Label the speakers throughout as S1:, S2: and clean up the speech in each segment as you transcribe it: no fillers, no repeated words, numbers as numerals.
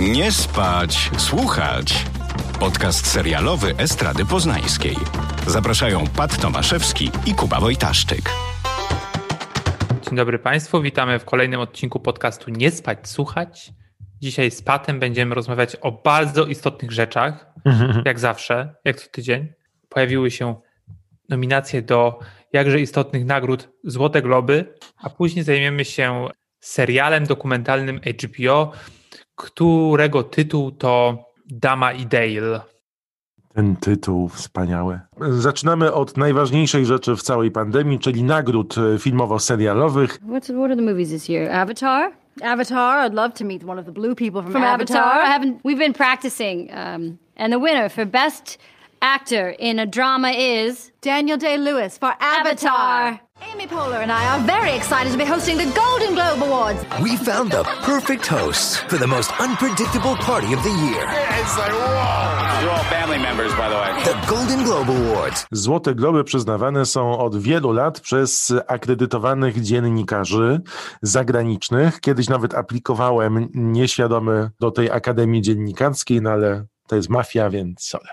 S1: Nie spać, słuchać. Podcast serialowy Estrady Poznańskiej. Zapraszają Pat Tomaszewski i Kuba Wojtaszczyk.
S2: Dzień dobry Państwu, witamy w kolejnym odcinku podcastu Nie spać, słuchać. Dzisiaj z Patem będziemy rozmawiać o bardzo istotnych rzeczach, jak zawsze, jak co tydzień. Pojawiły się nominacje do jakże istotnych nagród Złote Globy, a później zajmiemy się serialem dokumentalnym HBO, którego tytuł to Dama i Dale.
S3: Ten tytuł wspaniały. Zaczynamy od najważniejszej rzeczy w całej pandemii, czyli nagród filmowo-serialowych.
S4: What are the movies this year? Avatar? Avatar. I'd love to meet one of the blue people from Avatar. We've been practicing. And the winner for Best Actor in a Drama is Daniel Day-Lewis for Avatar. Amy Poehler and I are very excited to be hosting the Golden Globe Awards.
S5: We found the perfect hosts for the most unpredictable party of the year.
S6: It's like, whoa! You're all family members, by the way.
S5: The Golden Globe Awards.
S3: Złote Globy przyznawane są od wielu lat przez akredytowanych dziennikarzy zagranicznych. Kiedyś nawet aplikowałem nieświadomy do tej Akademii Dziennikarskiej, no ale to jest mafia, więc sorry.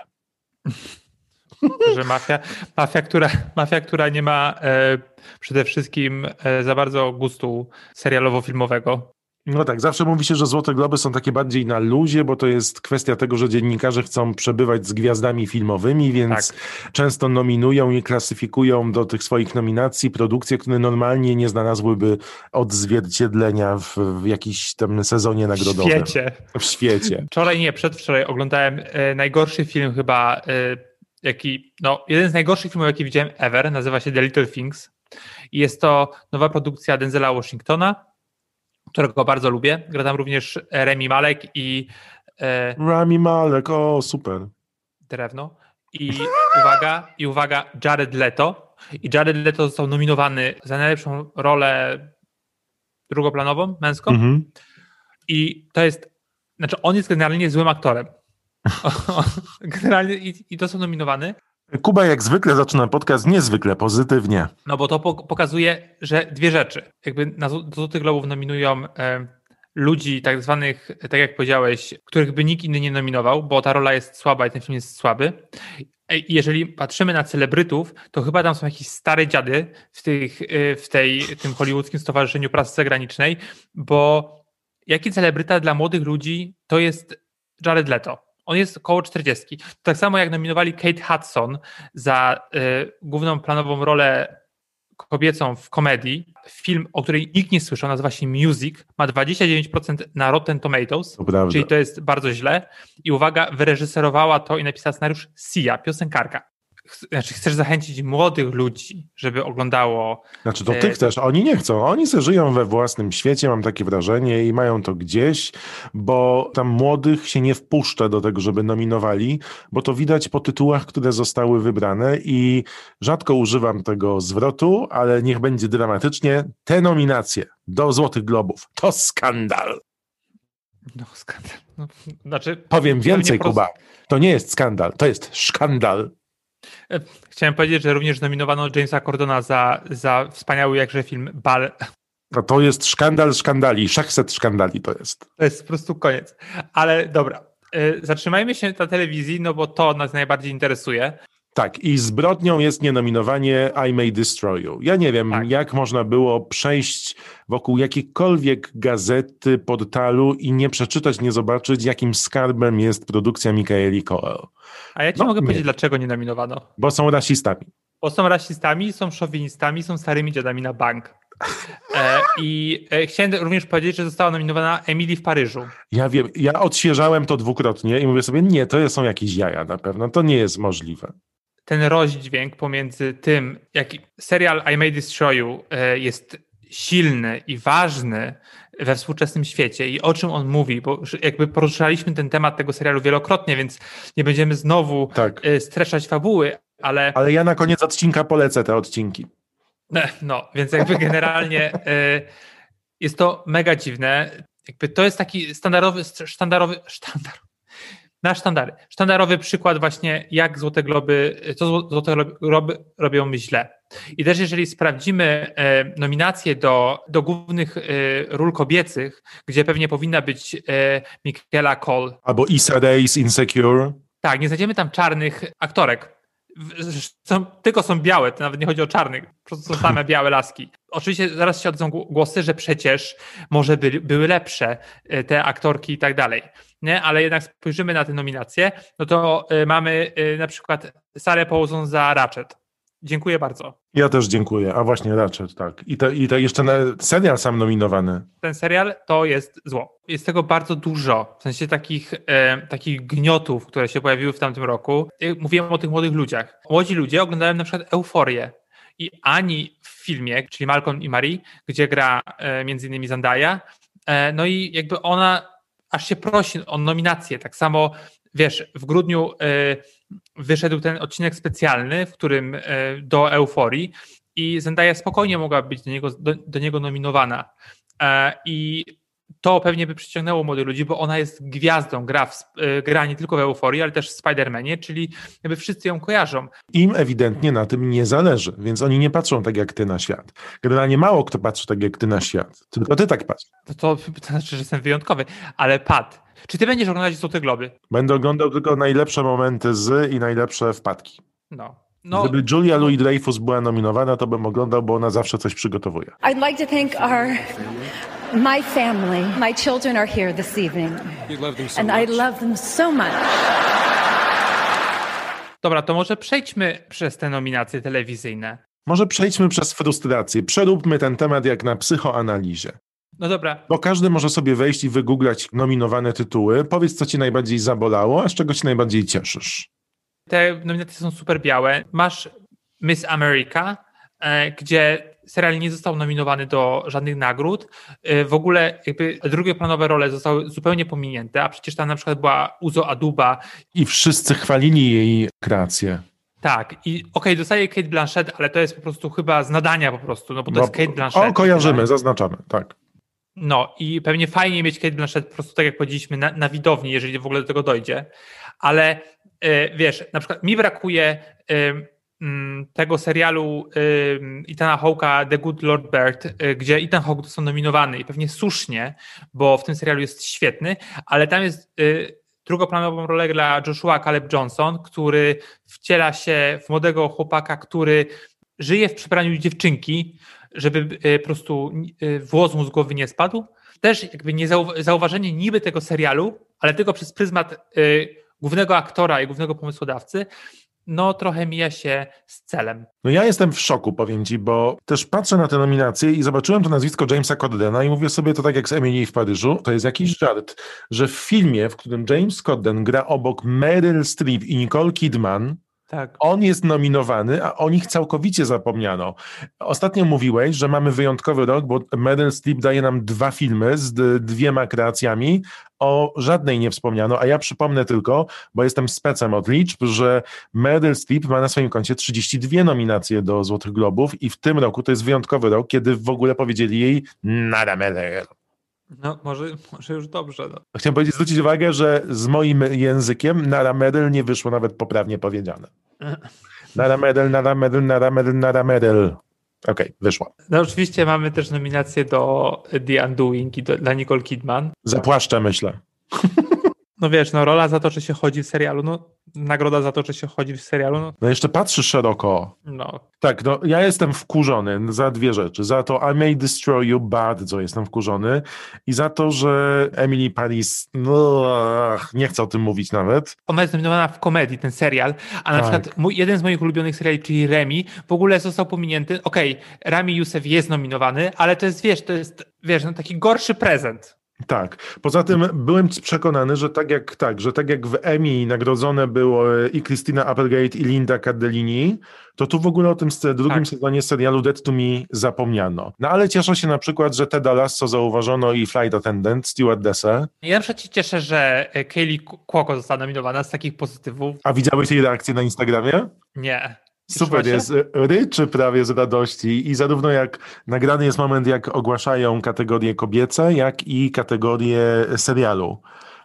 S2: Że mafia, która nie ma przede wszystkim za bardzo gustu serialowo-filmowego.
S3: No tak, zawsze mówi się, że Złote Globy są takie bardziej na luzie, bo to jest kwestia tego, że dziennikarze chcą przebywać z gwiazdami filmowymi, więc często nominują i klasyfikują do tych swoich nominacji produkcje, które normalnie nie znalazłyby odzwierciedlenia w jakiś tam sezonie nagrodowym. W świecie.
S2: Przedwczoraj oglądałem najgorszy film chyba, jeden z najgorszych filmów, jaki widziałem ever, nazywa się The Little Things i jest to nowa produkcja Denzela Washingtona, którego bardzo lubię. Gra tam również Rami Malek i...
S3: Rami Malek, o super.
S2: Drewno. I uwaga, Jared Leto. I Jared Leto został nominowany za najlepszą rolę drugoplanową, męską. I to jest... on jest generalnie złym aktorem. Generalnie i to są nominowany.
S3: Kuba jak zwykle zaczyna podcast niezwykle pozytywnie.
S2: No bo to pokazuje, że dwie rzeczy. Jakby do Złotych Globów nominują ludzi tak zwanych, tak jak powiedziałeś, których by nikt inny nie nominował, bo ta rola jest słaba i ten film jest słaby. I jeżeli patrzymy na celebrytów, to chyba tam są jakieś stare dziady w tym hollywoodzkim stowarzyszeniu prasy zagranicznej, bo jaki celebryta dla młodych ludzi to jest Jared Leto. On jest około 40. Tak samo jak nominowali Kate Hudson za główną planową rolę kobiecą w komedii. Film, o której nikt nie słyszał, nazywa się Music. Ma 29% na Rotten Tomatoes, czyli to jest bardzo źle. I uwaga, wyreżyserowała to i napisała scenariusz Sia, piosenkarka. Chcesz zachęcić młodych ludzi, żeby oglądało...
S3: do tych też, oni nie chcą. Oni se żyją we własnym świecie, mam takie wrażenie i mają to gdzieś, bo tam młodych się nie wpuszcza do tego, żeby nominowali, bo to widać po tytułach, które zostały wybrane i rzadko używam tego zwrotu, ale niech będzie dramatycznie. Te nominacje do Złotych Globów to skandal.
S2: No skandal.
S3: Powiem więcej, Kuba. To nie jest skandal, to jest szkandal.
S2: Chciałem powiedzieć, że również nominowano Jamesa Cordona za wspaniały jakże film Bal.
S3: No to jest szkandal szkandali, 600 szkandali to jest.
S2: To jest po prostu koniec. Ale dobra, zatrzymajmy się na telewizji, no bo to nas najbardziej interesuje.
S3: Tak, i zbrodnią jest nienominowanie I May Destroy You. Ja nie wiem, jak można było przejść wokół jakiejkolwiek gazety, portalu i nie przeczytać, nie zobaczyć, jakim skarbem jest produkcja Michaeli Coel.
S2: A ja ci mogę powiedzieć, dlaczego nie nominowano.
S3: Bo są rasistami.
S2: Są szowinistami, są starymi dziadami na bank. Chciałem również powiedzieć, że została nominowana Emily w Paryżu.
S3: Ja wiem, ja odświeżałem to dwukrotnie i mówię sobie, nie, to są jakieś jaja na pewno, to nie jest możliwe.
S2: Ten rozdźwięk pomiędzy tym, jak serial I May Destroy You jest silny i ważny we współczesnym świecie i o czym on mówi, bo jakby poruszaliśmy ten temat tego serialu wielokrotnie, więc nie będziemy znowu streszczać fabuły, ale... Ale
S3: ja na koniec odcinka polecę te odcinki.
S2: No, więc jakby generalnie jest to mega dziwne. Jakby to jest taki standardowy Na sztandary. Sztandarowy przykład właśnie, jak Złote Globy, co Złote Globy robią źle. I też jeżeli sprawdzimy nominacje do głównych ról kobiecych, gdzie pewnie powinna być Michaela Coel.
S3: Albo Issa Rae z Insecure.
S2: Tak, nie znajdziemy tam czarnych aktorek. Tylko są białe, to nawet nie chodzi o czarnych, po prostu są same białe laski. Oczywiście zaraz się odezwą głosy, że przecież może były lepsze te aktorki i tak dalej. Nie? Ale jednak spojrzymy na te nominacje, no to mamy na przykład Sarah Paulson za Ratched. Dziękuję bardzo.
S3: Ja też dziękuję. A właśnie Ratched, tak. I to jeszcze serial sam nominowany.
S2: Ten serial to jest zło. Jest tego bardzo dużo. W sensie takich gniotów, które się pojawiły w tamtym roku. Mówiłem o tych młodych ludziach. Młodzi ludzie oglądają na przykład Euforię. I ani w filmie, czyli Malcolm i Marie, gdzie gra między innymi Zendaya, no i jakby ona aż się prosi o nominację. Tak samo, wiesz, w grudniu wyszedł ten odcinek specjalny, w którym do Euforii i Zendaya spokojnie mogła być do niego nominowana. I to pewnie by przyciągnęło młodych ludzi, bo ona jest gwiazdą, gra nie tylko w Euforii, ale też w Spider-Manie, czyli jakby wszyscy ją kojarzą.
S3: Im ewidentnie na tym nie zależy, więc oni nie patrzą tak jak ty na świat. Generalnie mało kto patrzy tak jak ty na świat, tylko ty tak patrz.
S2: To znaczy, że jestem wyjątkowy, ale Pat, czy ty będziesz oglądać Złote Globy?
S3: Będę oglądał tylko najlepsze momenty i najlepsze wpadki.
S2: No,
S3: gdyby Julia Louis-Dreyfus była nominowana, to bym oglądał, bo ona zawsze coś przygotowuje.
S7: I'd like to thank my family. My children are here this evening. You love them so much. And I love them so much.
S2: Dobra, to może przejdźmy przez te nominacje telewizyjne.
S3: Może przejdźmy przez frustrację. Przeróbmy ten temat jak na psychoanalizie.
S2: No dobra.
S3: Bo każdy może sobie wejść i wygooglać nominowane tytuły. Powiedz, co ci najbardziej zabolało, a z czego się najbardziej cieszysz.
S2: Te nominacje są super białe. Masz Miss America, gdzie serial nie został nominowany do żadnych nagród. W ogóle jakby drugoplanowe role zostały zupełnie pominięte, a przecież tam na przykład była Uzo Aduba.
S3: I wszyscy chwalili jej kreację.
S2: Tak, i okej, dostaje Cate Blanchett, ale to jest po prostu chyba z nadania po prostu, no bo to jest Cate Blanchett.
S3: O, kojarzymy, zaznaczamy, tak.
S2: No i pewnie fajnie mieć Cate Blanchett po prostu tak jak powiedzieliśmy na widowni, jeżeli w ogóle do tego dojdzie, ale wiesz, na przykład mi brakuje tego serialu Ethana Hawke'a The Good Lord Bird, gdzie Ethan Hawke został nominowany i pewnie słusznie, bo w tym serialu jest świetny, ale tam jest drugoplanową rolę dla Joshua Caleb Johnson, który wciela się w młodego chłopaka, który żyje w przebraniu dziewczynki, żeby po prostu włos mu z głowy nie spadł. Też jakby zauważenie niby tego serialu, ale tylko przez pryzmat głównego aktora i głównego pomysłodawcy, no trochę mija się z celem.
S3: No ja jestem w szoku, powiem ci, bo też patrzę na te nominacje i zobaczyłem to nazwisko Jamesa Cordena i mówię sobie to tak jak z Emily w Paryżu, to jest jakiś żart, że w filmie, w którym James Corden gra obok Meryl Streep i Nicole Kidman, tak. On jest nominowany, a o nich całkowicie zapomniano. Ostatnio mówiłeś, że mamy wyjątkowy rok, bo Meryl Streep daje nam 2 filmy z 2 kreacjami, o żadnej nie wspomniano, a ja przypomnę tylko, bo jestem specem od liczb, że Meryl Streep ma na swoim koncie 32 nominacje do Złotych Globów i w tym roku to jest wyjątkowy rok, kiedy w ogóle powiedzieli jej nada Meryl.
S2: No, może już dobrze. No.
S3: Chciałem powiedzieć, zwrócić uwagę, że z moim językiem Nara Meryl nie wyszło nawet poprawnie powiedziane. Nara Meryl, Nara Meryl, Nara Meryl, Nara Meryl. Okej, wyszło.
S2: No oczywiście mamy też nominację do The Undoing i dla Nicole Kidman.
S3: Zapłaszczę, myślę.
S2: No wiesz, no rola za to, że się chodzi w serialu, no nagroda za to, że się chodzi w serialu.
S3: No jeszcze patrzysz szeroko.
S2: No.
S3: Tak, no ja jestem wkurzony za 2 rzeczy. Za to I May Destroy You bardzo jestem wkurzony i za to, że Emily Paris, nie chcę o tym mówić nawet.
S2: Ona jest nominowana w komedii, ten serial, a na przykład jeden z moich ulubionych seriali, czyli Remi, w ogóle został pominięty. Okej, Rami Youssef jest nominowany, ale to jest, wiesz, no taki gorszy prezent.
S3: Tak. Poza tym byłem przekonany, że tak jak w Emmy nagrodzone było i Christina Applegate i Linda Cardellini, to tu w ogóle o tym drugim sezonie serialu Dead to Me zapomniano. No ale cieszę się na przykład, że Teda Lasso zauważono i Flight Attendant, stewardessę.
S2: Ja na przykład się cieszę, że Kaylee Cuoco została nominowana z takich pozytywów.
S3: A widziałeś jej reakcję na Instagramie?
S2: Nie.
S3: Super, jest ryczy prawie z radości i zarówno jak nagrany jest moment, jak ogłaszają kategorie kobiece, jak i kategorie serialu.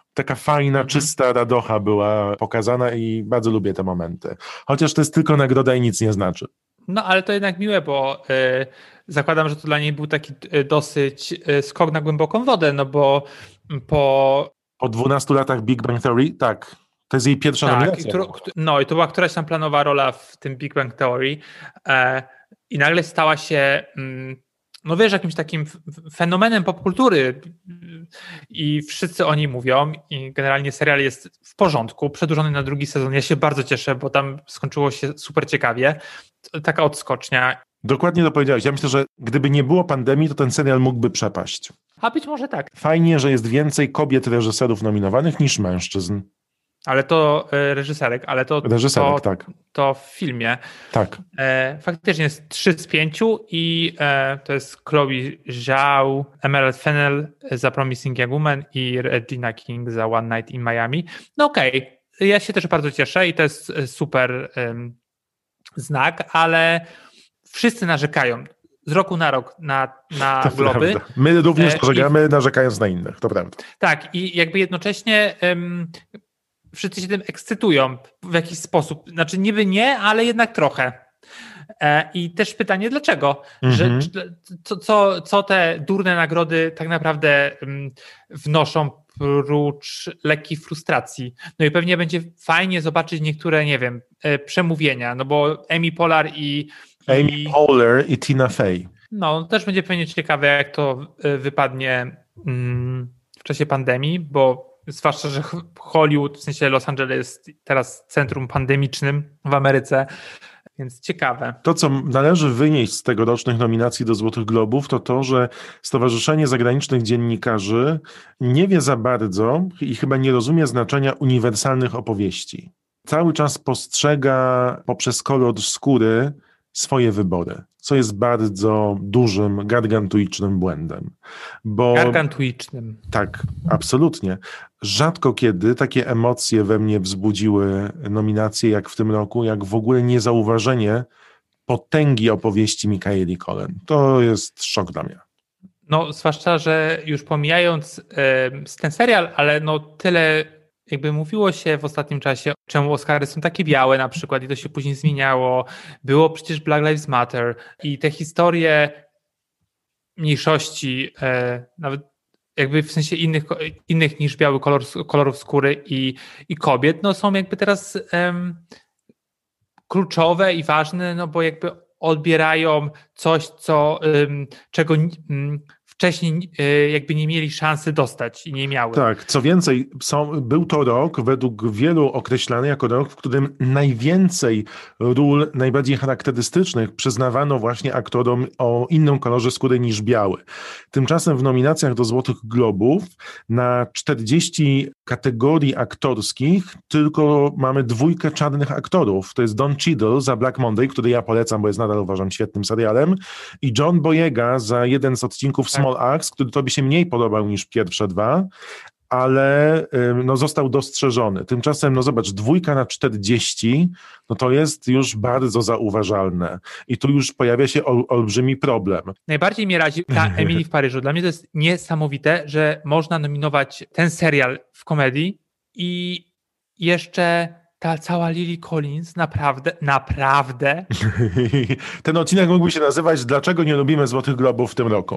S3: Taka fajna, czysta radocha była pokazana i bardzo lubię te momenty. Chociaż to jest tylko nagroda i nic nie znaczy.
S2: No, ale to jednak miłe, bo zakładam, że to dla niej był taki dosyć skok na głęboką wodę, no bo
S3: po 12 latach Big Bang Theory, tak. To jest jej pierwsza nominacja.
S2: I to była któraś tam planowa rola w tym Big Bang Theory i nagle stała się, no wiesz, jakimś takim fenomenem popkultury i wszyscy o niej mówią i generalnie serial jest w porządku, przedłużony na 2. sezon. Ja się bardzo cieszę, bo tam skończyło się super ciekawie. Taka odskocznia.
S3: Dokładnie to powiedziałeś. Ja myślę, że gdyby nie było pandemii, to ten serial mógłby przepaść.
S2: A być może tak.
S3: Fajnie, że jest więcej kobiet reżyserów nominowanych niż mężczyzn.
S2: Ale to reżyserek, ale to
S3: tak.
S2: To w filmie.
S3: Tak.
S2: Faktycznie jest 3 z 5 i to jest Chloe Zhao, Emerald Fennell za Promising Young Woman i Regina King za One Night in Miami. No okej. Ja się też bardzo cieszę i to jest super znak, ale wszyscy narzekają z roku na rok na globy.
S3: Prawda. My również narzekamy, narzekając na innych, to prawda.
S2: Tak, i jakby jednocześnie wszyscy się tym ekscytują w jakiś sposób. Znaczy niby nie, ale jednak trochę. I też pytanie, dlaczego? Co te durne nagrody tak naprawdę wnoszą prócz lekkiej frustracji? No i pewnie będzie fajnie zobaczyć niektóre, nie wiem, przemówienia, no bo Amy Poehler
S3: i Tina Fey.
S2: No, też będzie pewnie ciekawe, jak to wypadnie w czasie pandemii, bo zwłaszcza, że Hollywood, w sensie Los Angeles jest teraz centrum pandemicznym w Ameryce, więc ciekawe.
S3: To, co należy wynieść z tegorocznych nominacji do Złotych Globów, to to, że Stowarzyszenie Zagranicznych Dziennikarzy nie wie za bardzo i chyba nie rozumie znaczenia uniwersalnych opowieści. Cały czas postrzega poprzez kolor skóry swoje wybory, co jest bardzo dużym, gargantuicznym błędem.
S2: Gargantuicznym.
S3: Tak, absolutnie. Rzadko kiedy takie emocje we mnie wzbudziły nominacje jak w tym roku, jak w ogóle niezauważenie potęgi opowieści Michaeli Colen. To jest szok dla mnie.
S2: No, zwłaszcza, że już pomijając ten serial, ale no tyle jakby mówiło się w ostatnim czasie, czemu Oscary są takie białe na przykład i to się później zmieniało. Było przecież Black Lives Matter i te historie mniejszości, nawet jakby w sensie innych niż biały kolorów skóry i kobiet, no są jakby teraz kluczowe i ważne, no bo jakby odbierają coś, czego wcześniej jakby nie mieli szansy dostać i nie miały.
S3: Tak, co więcej, był to rok według wielu określany jako rok, w którym najwięcej ról najbardziej charakterystycznych przyznawano właśnie aktorom o innym kolorze skóry niż biały. Tymczasem w nominacjach do Złotych Globów na 40 kategorii aktorskich tylko mamy 2 czarnych aktorów. To jest Don Cheadle za Black Monday, który ja polecam, bo jest nadal uważam świetnym serialem, i John Boyega za jeden z odcinków Small Axe, który tobie się mniej podobał niż pierwsze 2, ale no, został dostrzeżony. Tymczasem, no zobacz, 2 na 40, no to jest już bardzo zauważalne. I tu już pojawia się olbrzymi problem.
S2: Najbardziej mnie razi ta Emily w Paryżu. Dla mnie to jest niesamowite, że można nominować ten serial w komedii i jeszcze ta cała Lily Collins, naprawdę.
S3: Ten odcinek mógłby się nazywać "Dlaczego nie lubimy Złotych Globów w tym roku?"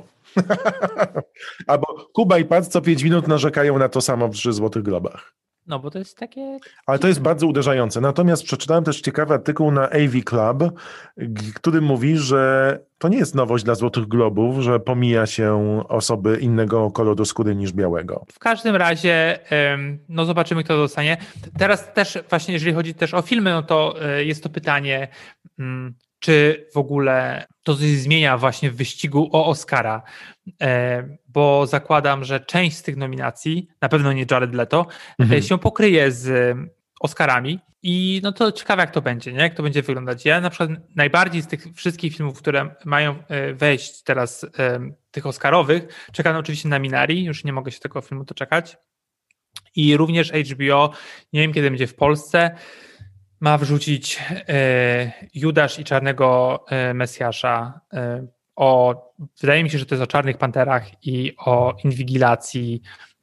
S3: Albo Kuba i Pat co 5 minut narzekają na to samo przy Złotych Globach.
S2: No bo to jest takie...
S3: Ale to jest bardzo uderzające. Natomiast przeczytałem też ciekawy artykuł na AV Club, który mówi, że to nie jest nowość dla Złotych Globów, że pomija się osoby innego koloru skóry niż białego.
S2: W każdym razie, no zobaczymy, kto dostanie. Teraz też właśnie, jeżeli chodzi też o filmy, no to jest to pytanie, czy w ogóle to coś zmienia właśnie w wyścigu o Oscara, bo zakładam, że część z tych nominacji, na pewno nie Jared Leto, się pokryje z Oscarami i no to ciekawe, jak to będzie, nie? Jak to będzie wyglądać. Ja na przykład najbardziej z tych wszystkich filmów, które mają wejść teraz, tych Oscarowych, czekam oczywiście na Minari, już nie mogę się tego filmu doczekać, i również HBO, nie wiem kiedy będzie w Polsce, ma wrzucić Judasz i Czarnego Mesjasza wydaje mi się, że to jest o Czarnych Panterach i o inwigilacji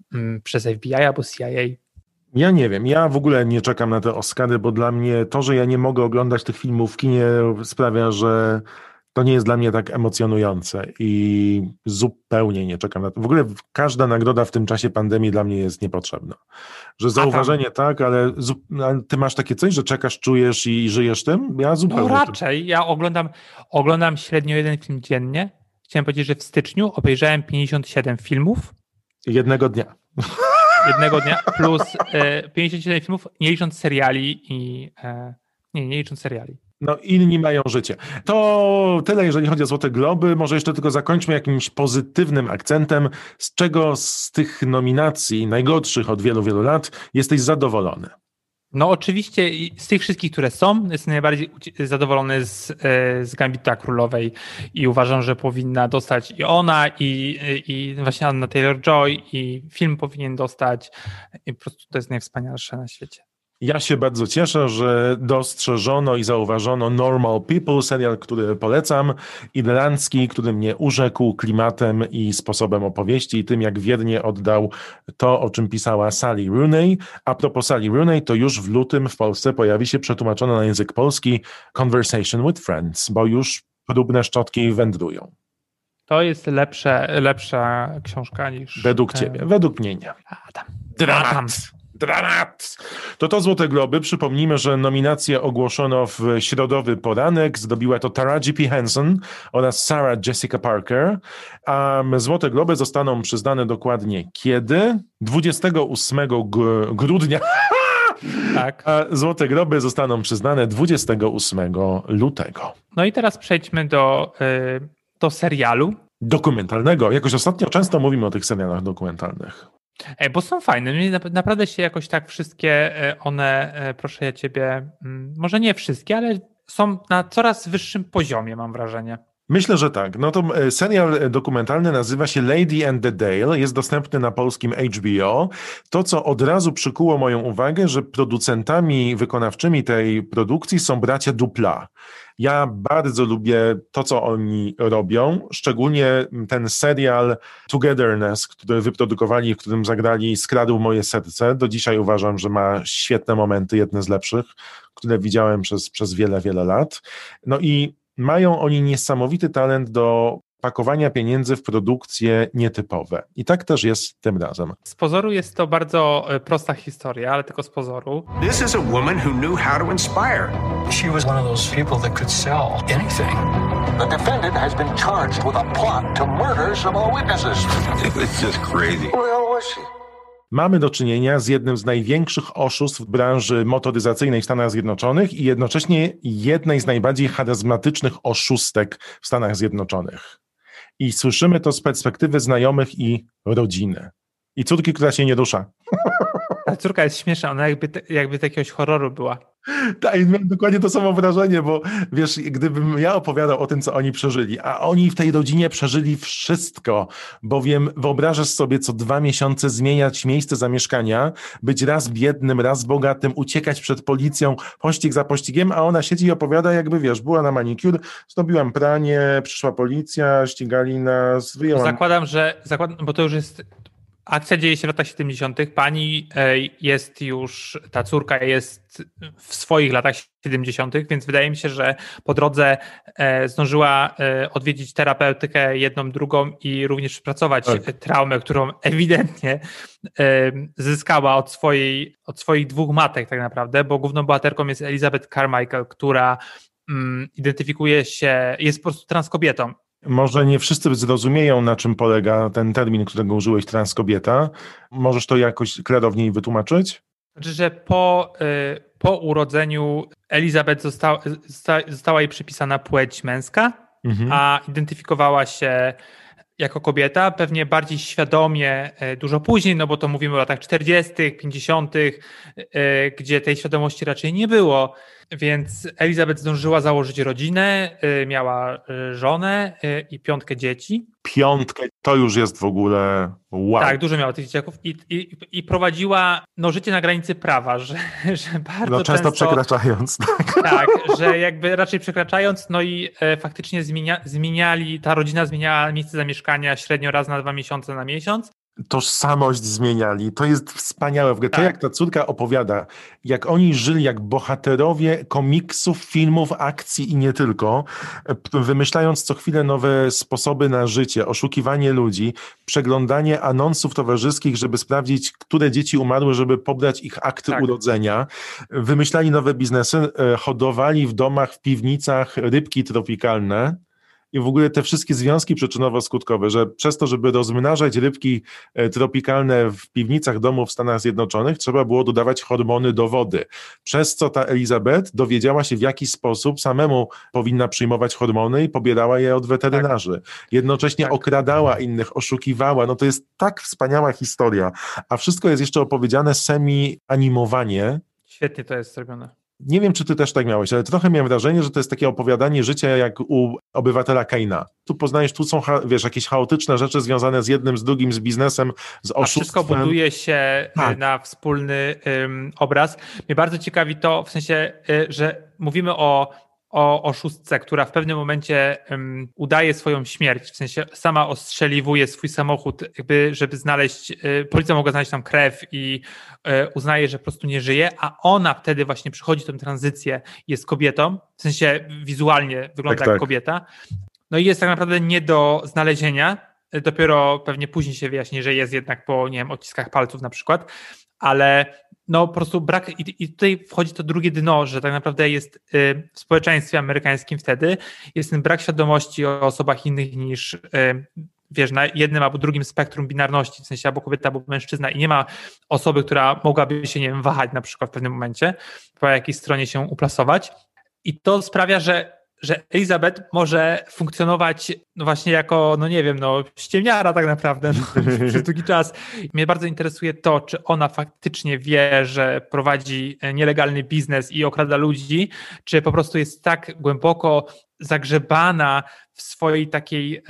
S2: przez FBI albo CIA.
S3: Ja nie wiem, ja w ogóle nie czekam na te Oscary, bo dla mnie to, że ja nie mogę oglądać tych filmów w kinie sprawia, że to nie jest dla mnie tak emocjonujące i zupełnie nie czekam na to. W ogóle każda nagroda w tym czasie pandemii dla mnie jest niepotrzebna. Że zauważenie tak, ale ty masz takie coś, że czekasz, czujesz i żyjesz tym? Ja zupełnie.
S2: No raczej, ja oglądam średnio jeden film dziennie. Chciałem powiedzieć, że w styczniu obejrzałem 57 filmów.
S3: Jednego dnia
S2: plus 57 filmów, nie licząc seriali nie licząc seriali.
S3: No inni mają życie. To tyle, jeżeli chodzi o Złote Globy. Może jeszcze tylko zakończmy jakimś pozytywnym akcentem. Z czego z tych nominacji, najgorszych od wielu, wielu lat, jesteś zadowolony?
S2: No oczywiście z tych wszystkich, które są, jestem najbardziej zadowolony z Gambita Królowej i uważam, że powinna dostać i ona, i właśnie Anna Taylor-Joy, i film powinien dostać. I po prostu to jest najwspanialsze na świecie.
S3: Ja się bardzo cieszę, że dostrzeżono i zauważono Normal People, serial, który polecam, irlandzki, który mnie urzekł klimatem i sposobem opowieści i tym, jak wiernie oddał to, o czym pisała Sally Rooney. A propos Sally Rooney, to już w lutym w Polsce pojawi się przetłumaczona na język polski Conversation with Friends, bo już próbne szczotki wędrują.
S2: To jest lepsza książka niż...
S3: Według ciebie, według mnie nie. Dramat! To Złote Globy. Przypomnijmy, że nominacje ogłoszono w środowy poranek. Zdobiła to Taraji P. Henson oraz Sarah Jessica Parker. A Złote Globy zostaną przyznane dokładnie kiedy? 28 grudnia.
S2: Tak.
S3: A Złote Globy zostaną przyznane 28 lutego.
S2: No i teraz przejdźmy do serialu.
S3: Dokumentalnego. Jakoś ostatnio często mówimy o tych serialach dokumentalnych.
S2: Bo są fajne. Naprawdę się jakoś tak wszystkie one, proszę ja ciebie, może nie wszystkie, ale są na coraz wyższym poziomie, mam wrażenie.
S3: Myślę, że tak. No to serial dokumentalny nazywa się Lady and the Dale. Jest dostępny na polskim HBO. To, co od razu przykuło moją uwagę, że producentami wykonawczymi tej produkcji są bracia Dupla. Ja bardzo lubię to, co oni robią, szczególnie ten serial Togetherness, który wyprodukowali, w którym zagrali Skradł moje serce. Do dzisiaj uważam, że ma świetne momenty, jedne z lepszych, które widziałem przez wiele, wiele lat. No i mają oni niesamowity talent do pakowania pieniędzy w produkcje nietypowe. I tak też jest tym razem.
S2: Z pozoru jest to bardzo prosta historia, ale tylko z pozoru.
S8: This is a woman who knew how to inspire.
S9: She was one of those people that could sell anything.
S10: The defendant has been charged with a plot to murder several witnesses.
S8: It's just crazy.
S10: Where was she?
S3: Mamy do czynienia z jednym z największych oszustw w branży motoryzacyjnej w Stanach Zjednoczonych i jednocześnie jednej z najbardziej charyzmatycznych oszustek w Stanach Zjednoczonych. I słyszymy to z perspektywy znajomych i rodziny. I córki, która się nie rusza.
S2: Ta córka jest śmieszna, ona jakby z jakiegoś horroru była.
S3: Tak, miałem dokładnie to samo wrażenie, bo wiesz, gdybym ja opowiadał o tym, co oni przeżyli, a oni w tej rodzinie przeżyli wszystko, bowiem wyobrażasz sobie co 2 miesiące zmieniać miejsce zamieszkania, być raz biednym, raz bogatym, uciekać przed policją, pościg za pościgiem, a ona siedzi i opowiada, jakby wiesz, była na manicure, zrobiła pranie, przyszła policja, ścigali nas, wyjęłam...
S2: Zakładam, bo to już jest... Akcja dzieje się w latach 70. Pani jest już, ta córka jest w swoich latach 70., więc wydaje mi się, że po drodze zdążyła odwiedzić terapeutykę jedną, drugą i również przepracować traumę, którą ewidentnie zyskała od swoich 2 matek tak naprawdę, bo główną bohaterką jest Elizabeth Carmichael, która identyfikuje się, jest po prostu transkobietą.
S3: Może nie wszyscy zrozumieją, na czym polega ten termin, którego użyłeś, transkobieta. Możesz to jakoś klarowniej wytłumaczyć?
S2: Znaczy, że po urodzeniu Elizabeth została jej przypisana płeć męska, a identyfikowała się jako kobieta, pewnie bardziej świadomie dużo później, no bo to mówimy o latach 40., 50., gdzie tej świadomości raczej nie było, więc Elizabeth zdążyła założyć rodzinę, miała żonę i 5 dzieci.
S3: 5, to już jest w ogóle wow.
S2: Tak, dużo miała tych dzieciaków i prowadziła życie na granicy prawa, że bardzo
S3: często przekraczając.
S2: Tak, że jakby raczej przekraczając, no i faktycznie ta rodzina zmieniała miejsce zamieszkania średnio raz na 2 miesiące na miesiąc.
S3: tożsamość zmieniali. To jest wspaniałe. To jak ta córka opowiada, jak oni żyli jak bohaterowie komiksów, filmów, akcji i nie tylko, wymyślając co chwilę nowe sposoby na życie, oszukiwanie ludzi, przeglądanie anonsów towarzyskich, żeby sprawdzić, które dzieci umarły, żeby pobrać ich akty urodzenia. Wymyślali nowe biznesy, hodowali w domach, w piwnicach rybki tropikalne. I w ogóle te wszystkie związki przyczynowo-skutkowe, że przez to, żeby rozmnażać rybki tropikalne w piwnicach domów w Stanach Zjednoczonych, trzeba było dodawać hormony do wody. Przez co ta Elizabeth dowiedziała się, w jaki sposób samemu powinna przyjmować hormony i pobierała je od weterynarzy. Jednocześnie okradała innych, oszukiwała. No to jest tak wspaniała historia. A wszystko jest jeszcze opowiedziane semi-animowanie.
S2: Świetnie to jest zrobione.
S3: Nie wiem, czy ty też tak miałeś, ale trochę miałem wrażenie, że to jest takie opowiadanie życia jak u obywatela Kaina. Tu poznajesz, tu są jakieś chaotyczne rzeczy związane z jednym, z drugim, z biznesem, z oszustwem. A
S2: wszystko buduje się na wspólny obraz. Mnie bardzo ciekawi to, w sensie, że mówimy o oszustce, która w pewnym momencie udaje swoją śmierć, w sensie sama ostrzeliwuje swój samochód, jakby, żeby znaleźć, policja mogła znaleźć tam krew i uznaje, że po prostu nie żyje, a ona wtedy właśnie przychodzi tę tranzycję, jest kobietą, w sensie wizualnie wygląda jak kobieta, no i jest tak naprawdę nie do znalezienia, dopiero pewnie później się wyjaśni, że jest jednak po, nie wiem, odciskach palców na przykład, ale no po prostu brak, i tutaj wchodzi to drugie dno, że tak naprawdę jest w społeczeństwie amerykańskim wtedy jest ten brak świadomości o osobach innych niż wiesz, na jednym albo drugim spektrum binarności, w sensie albo kobieta, albo mężczyzna i nie ma osoby, która mogłaby się, nie wiem, wahać na przykład w pewnym momencie, po jakiej stronie się uplasować i to sprawia, że Elizabeth może funkcjonować no właśnie jako, no nie wiem, no ściemniara tak naprawdę przez długi czas. Mnie bardzo interesuje to, czy ona faktycznie wie, że prowadzi nielegalny biznes i okrada ludzi, czy po prostu jest tak głęboko zagrzebana w swojej takiej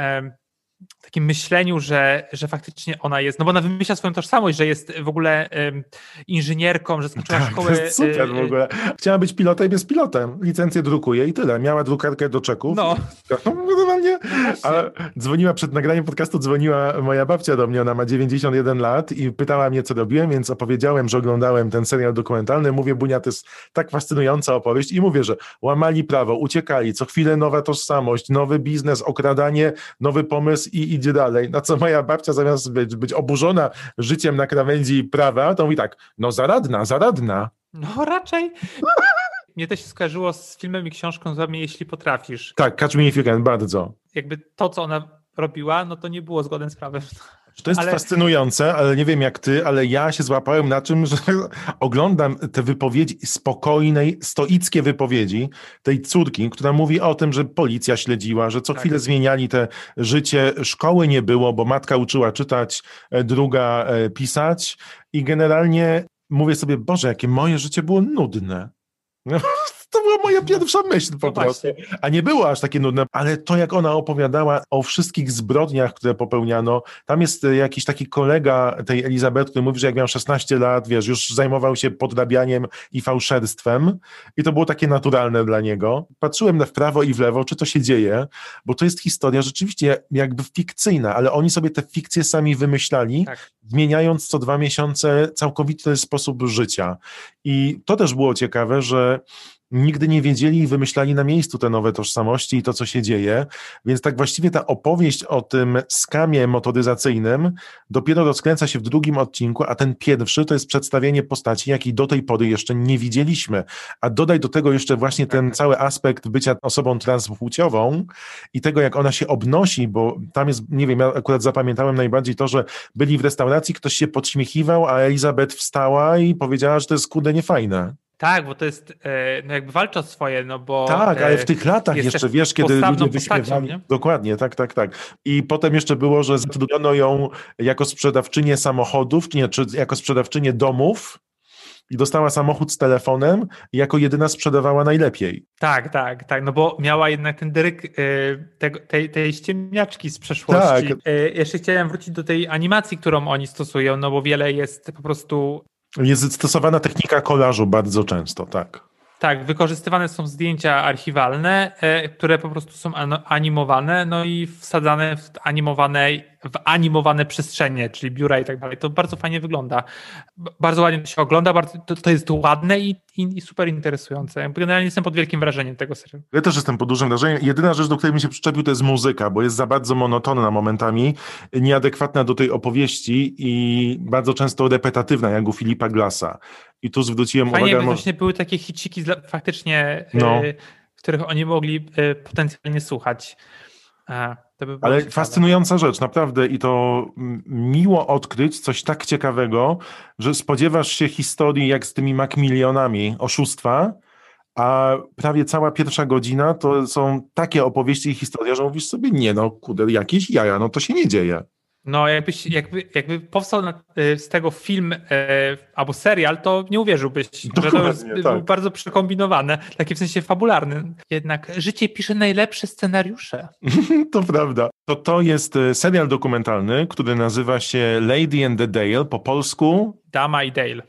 S2: takim myśleniu, że faktycznie ona jest, no bo ona wymyśla swoją tożsamość, że jest w ogóle inżynierką, że skończyła szkołę.
S3: To jest super w ogóle. Chciała być pilotem, jest pilotem. Licencję drukuje i tyle. Miała drukarkę do czeków.
S2: No.
S3: Normalnie. Ale dzwoniła przed nagraniem podcastu, dzwoniła moja babcia do mnie, ona ma 91 lat i pytała mnie, co robiłem, więc opowiedziałem, że oglądałem ten serial dokumentalny. Mówię, Bunia, to jest tak fascynująca opowieść i mówię, że łamali prawo, uciekali, co chwilę nowa tożsamość, nowy biznes, okradanie, nowy pomysł i idzie dalej. Na co moja babcia zamiast być oburzona życiem na krawędzi prawa, to mówi tak, no zaradna.
S2: No raczej. Mnie to się skojarzyło z filmem i książką Złap mnie, jeśli potrafisz.
S3: Tak, Catch Me If You Can, bardzo.
S2: Jakby to, co ona robiła, no to nie było zgodne z prawem.
S3: To jest fascynujące, ale nie wiem jak ty, ale ja się złapałem na czym, że oglądam te wypowiedzi, spokojnej, stoickie wypowiedzi tej córki, która mówi o tym, że policja śledziła, że co chwilę zmieniali te życie, szkoły nie było, bo matka uczyła czytać, druga pisać i generalnie mówię sobie, Boże, jakie moje życie było nudne. To była moja pierwsza myśl po prostu. A nie było aż takie nudne, ale to jak ona opowiadała o wszystkich zbrodniach, które popełniano, tam jest jakiś taki kolega tej Elizabeth, który mówi, że jak miał 16 lat, wiesz, już zajmował się podrabianiem i fałszerstwem i to było takie naturalne dla niego. Patrzyłem w prawo i w lewo, czy to się dzieje, bo to jest historia rzeczywiście jakby fikcyjna, ale oni sobie te fikcje sami wymyślali, zmieniając co 2 miesiące całkowity sposób życia. I to też było ciekawe, że nigdy nie wiedzieli i wymyślali na miejscu te nowe tożsamości i to, co się dzieje. Więc tak właściwie ta opowieść o tym skamie motoryzacyjnym dopiero rozkręca się w drugim odcinku, a ten pierwszy to jest przedstawienie postaci, jakiej do tej pory jeszcze nie widzieliśmy. A dodaj do tego jeszcze właśnie ten cały aspekt bycia osobą transpłciową i tego, jak ona się obnosi, bo tam jest, nie wiem, ja akurat zapamiętałem najbardziej to, że byli w restauracji, ktoś się podśmiechiwał, a Elizabeth wstała i powiedziała, że to jest kurde niefajne.
S2: Tak, bo to jest, no jakby walczy o swoje, no bo...
S3: Tak, ale w tych latach jeszcze, wiesz, kiedy ludzie wyśmiewali... Dokładnie, tak. I potem jeszcze było, że zatrudniono ją jako sprzedawczynię samochodów, czy jako sprzedawczynię domów i dostała samochód z telefonem i jako jedyna sprzedawała najlepiej.
S2: Tak, no bo miała jednak ten dryk tej ściemniaczki z przeszłości. Tak. Jeszcze chciałem wrócić do tej animacji, którą oni stosują, no bo wiele jest po prostu...
S3: Jest stosowana technika kolażu bardzo często, tak.
S2: Tak, wykorzystywane są zdjęcia archiwalne, które po prostu są animowane, no i wsadzane w animowane w animowane przestrzenie, czyli biura i tak dalej. To bardzo fajnie wygląda. Bardzo ładnie to się ogląda, to jest ładne i super interesujące. Generalnie jestem pod wielkim wrażeniem tego serialu.
S3: Ja też jestem pod dużym wrażeniem. Jedyna rzecz, do której mi się przyczepił, to jest muzyka, bo jest za bardzo monotonna momentami, nieadekwatna do tej opowieści i bardzo często repetatywna, jak u Filipa Glassa. I tu zwróciłem uwagę...
S2: Fajnie, właśnie były takie hiciki faktycznie, których oni mogli potencjalnie słuchać.
S3: Ale ciekawe. Fascynująca rzecz, naprawdę, i to miło odkryć coś tak ciekawego, że spodziewasz się historii jak z tymi Macmillionami, oszustwa, a prawie cała pierwsza godzina to są takie opowieści i historie, że mówisz sobie, nie no, kurde, jakieś jaja, no to się nie dzieje.
S2: No jakby powstał z tego film albo serial, to nie uwierzyłbyś,
S3: dokładnie,
S2: że to był bardzo przekombinowane, takie w sensie fabularny. Jednak życie pisze najlepsze scenariusze.
S3: To prawda. To jest serial dokumentalny, który nazywa się Lady and the Dale, po polsku...
S2: Dama i Dale.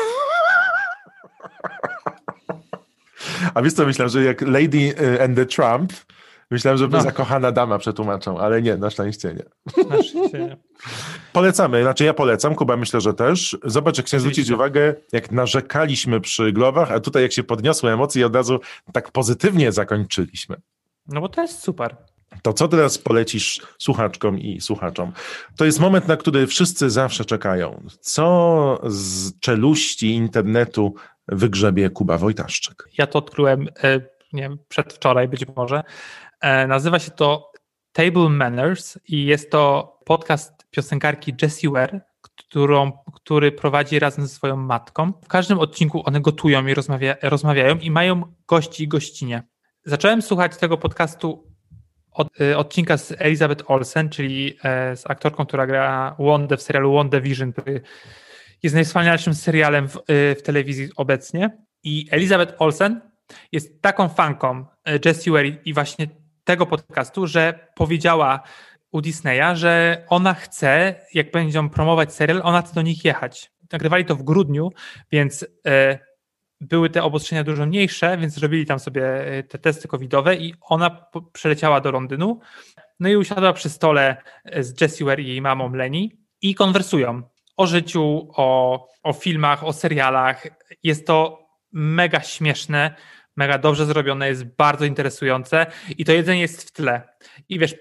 S3: A wiesz co, myślałem, że jak Lady and the Trump... Myślałem, że zakochana dama przetłumaczą, ale nie, na szczęście nie.
S2: Na szczęście nie.
S3: Polecamy, ja polecam, Kuba myślę, że też. Zobacz, jak chciałem zwrócić uwagę, jak narzekaliśmy przy Globach, a tutaj jak się podniosły emocje i od razu tak pozytywnie zakończyliśmy.
S2: No bo to jest super.
S3: To co teraz polecisz słuchaczkom i słuchaczom? To jest moment, na który wszyscy zawsze czekają. Co z czeluści internetu wygrzebie Kuba Wojtaszczyk?
S2: Ja to odkryłem, nie wiem, przedwczoraj być może. Nazywa się to Table Manners i jest to podcast piosenkarki Jessie Ware, który prowadzi razem ze swoją matką. W każdym odcinku one gotują i rozmawiają i mają gości i gościnie. Zacząłem słuchać tego podcastu od odcinka z Elizabeth Olsen, czyli z aktorką, która gra Wandę w serialu WandaVision, który jest najwspanialszym serialem w telewizji obecnie. I Elizabeth Olsen jest taką fanką Jessie Ware i właśnie tego podcastu, że powiedziała u Disneya, że ona chce, jak będą promować serial, ona chce do nich jechać. Nagrywali to w grudniu, więc były te obostrzenia dużo mniejsze, więc zrobili tam sobie te testy covidowe i ona przeleciała do Londynu. No i usiadła przy stole z Jessie Ware i jej mamą Leni i konwersują o życiu, o filmach, o serialach. Jest to mega śmieszne, mega dobrze zrobione, jest bardzo interesujące i to jedzenie jest w tle. I wiesz,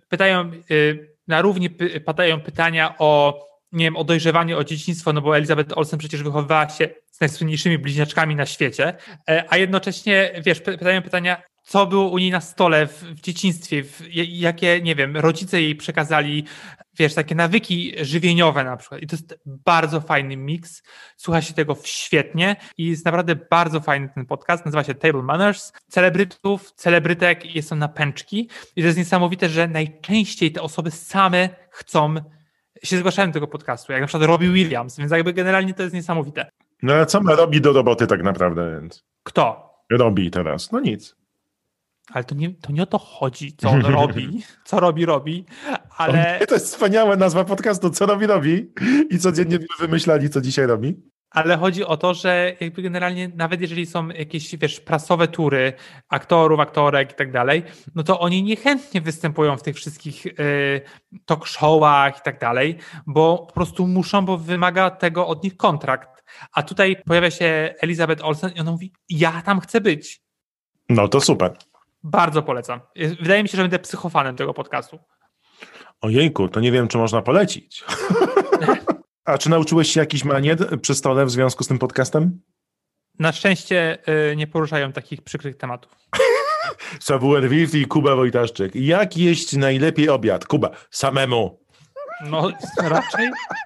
S2: na równi padają pytania o, nie wiem, o dojrzewanie, o dzieciństwo, no bo Elizabeth Olsen przecież wychowywała się z najsłynniejszymi bliźniaczkami na świecie, a jednocześnie, wiesz, pytają pytania, co było u niej na stole w dzieciństwie, jakie, nie wiem, rodzice jej przekazali, wiesz, takie nawyki żywieniowe na przykład. I to jest bardzo fajny miks, słucha się tego świetnie i jest naprawdę bardzo fajny ten podcast, nazywa się Table Manners. Celebrytek jest on na pęczki i to jest niesamowite, że najczęściej te osoby same chcą się zgłaszają do tego podcastu, jak na przykład Robbie Williams, więc jakby generalnie to jest niesamowite.
S3: No ale co ma robi do roboty tak naprawdę, więc?
S2: Kto?
S3: Robi teraz, no nic.
S2: Ale to nie o to chodzi, co on robi, co robi, ale...
S3: To jest wspaniała nazwa podcastu, co robi i codziennie wymyślali, co dzisiaj robi.
S2: Ale chodzi o to, że jakby generalnie nawet jeżeli są jakieś, wiesz, prasowe tury aktorów, aktorek i tak dalej, no to oni niechętnie występują w tych wszystkich talk showach i tak dalej, bo po prostu muszą, bo wymaga tego od nich kontrakt. A tutaj pojawia się Elizabeth Olsen i ona mówi, ja tam chcę być.
S3: No to super.
S2: Bardzo polecam. Wydaje mi się, że będę psychofanem tego podcastu.
S3: Ojejku, to nie wiem, czy można polecić. A czy nauczyłeś się jakichś manier przy stole w związku z tym podcastem?
S2: Na szczęście nie poruszają takich przykrych tematów.
S3: Savoir vivre i Kuba Wojtaszczyk. Jak jeść najlepiej obiad? Kuba, samemu.
S2: No, raczej.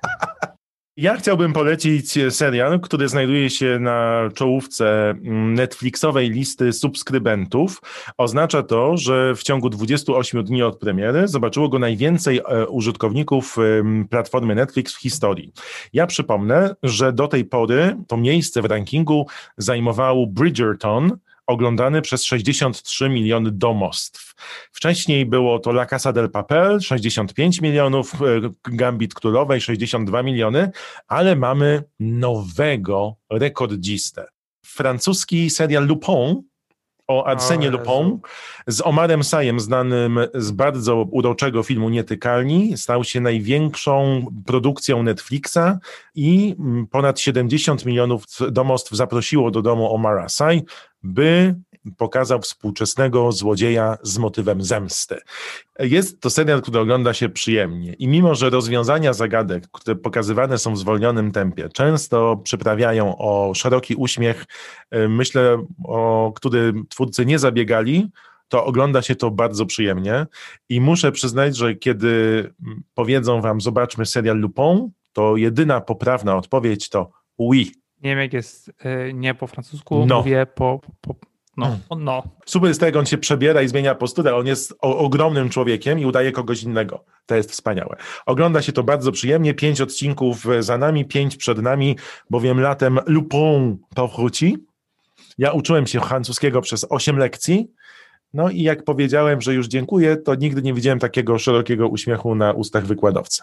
S3: Ja chciałbym polecić serial, który znajduje się na czołówce Netflixowej listy subskrybentów. Oznacza to, że w ciągu 28 dni od premiery zobaczyło go najwięcej użytkowników platformy Netflix w historii. Ja przypomnę, że do tej pory to miejsce w rankingu zajmował Bridgerton, oglądany przez 63 miliony domostw. Wcześniej było to La Casa del Papel, 65 milionów, Gambit Królowej, 62 miliony, ale mamy nowego rekordzistę. Francuski serial Lupin o Arsenie Lupin z Omarem Syem, znanym z bardzo uroczego filmu Nietykalni. Stał się największą produkcją Netflixa i ponad 70 milionów domostw zaprosiło do domu Omara Sy, by pokazał współczesnego złodzieja z motywem zemsty. Jest to serial, który ogląda się przyjemnie i mimo, że rozwiązania zagadek, które pokazywane są w zwolnionym tempie, często przyprawiają o szeroki uśmiech, myślę, o który twórcy nie zabiegali, to ogląda się to bardzo przyjemnie i muszę przyznać, że kiedy powiedzą wam zobaczmy serial Lupin, to jedyna poprawna odpowiedź to oui.
S2: Nie wiem jak jest nie po francusku, mówię po no.
S3: Super jest to, jak on się przebiera i zmienia posturę. On jest ogromnym człowiekiem i udaje kogoś innego. To jest wspaniałe. Ogląda się to bardzo przyjemnie. 5 odcinków za nami, 5 przed nami, bowiem latem Lupin powróci. Ja uczyłem się francuskiego przez 8 lekcji. No i jak powiedziałem, że już dziękuję, to nigdy nie widziałem takiego szerokiego uśmiechu na ustach wykładowcy.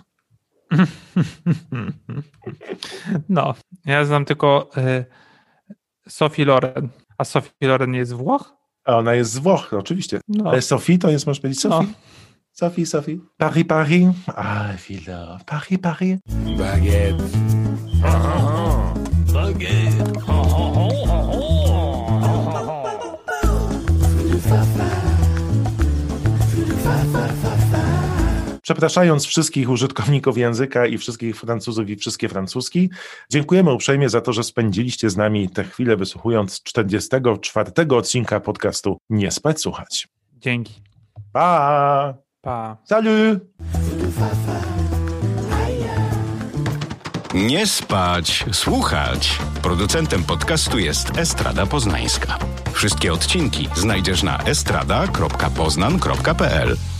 S2: No, ja znam tylko Sophie Loren. A Sophie Loren jest z Włoch?
S3: A ona jest z Włoch, oczywiście. No. Ale Sophie to jest, możesz powiedzieć, Sophie? No. Sophie. Paris. Villa. Paris.
S5: Baguette. Baguette.
S3: Przepraszając wszystkich użytkowników języka i wszystkich Francuzów i wszystkie francuski, dziękujemy uprzejmie za to, że spędziliście z nami tę chwilę wysłuchując 44. odcinka podcastu Nie spać, słuchać.
S2: Dzięki.
S3: Pa! Salut!
S1: Nie spać, słuchać. Producentem podcastu jest Estrada Poznańska. Wszystkie odcinki znajdziesz na estrada.poznan.pl.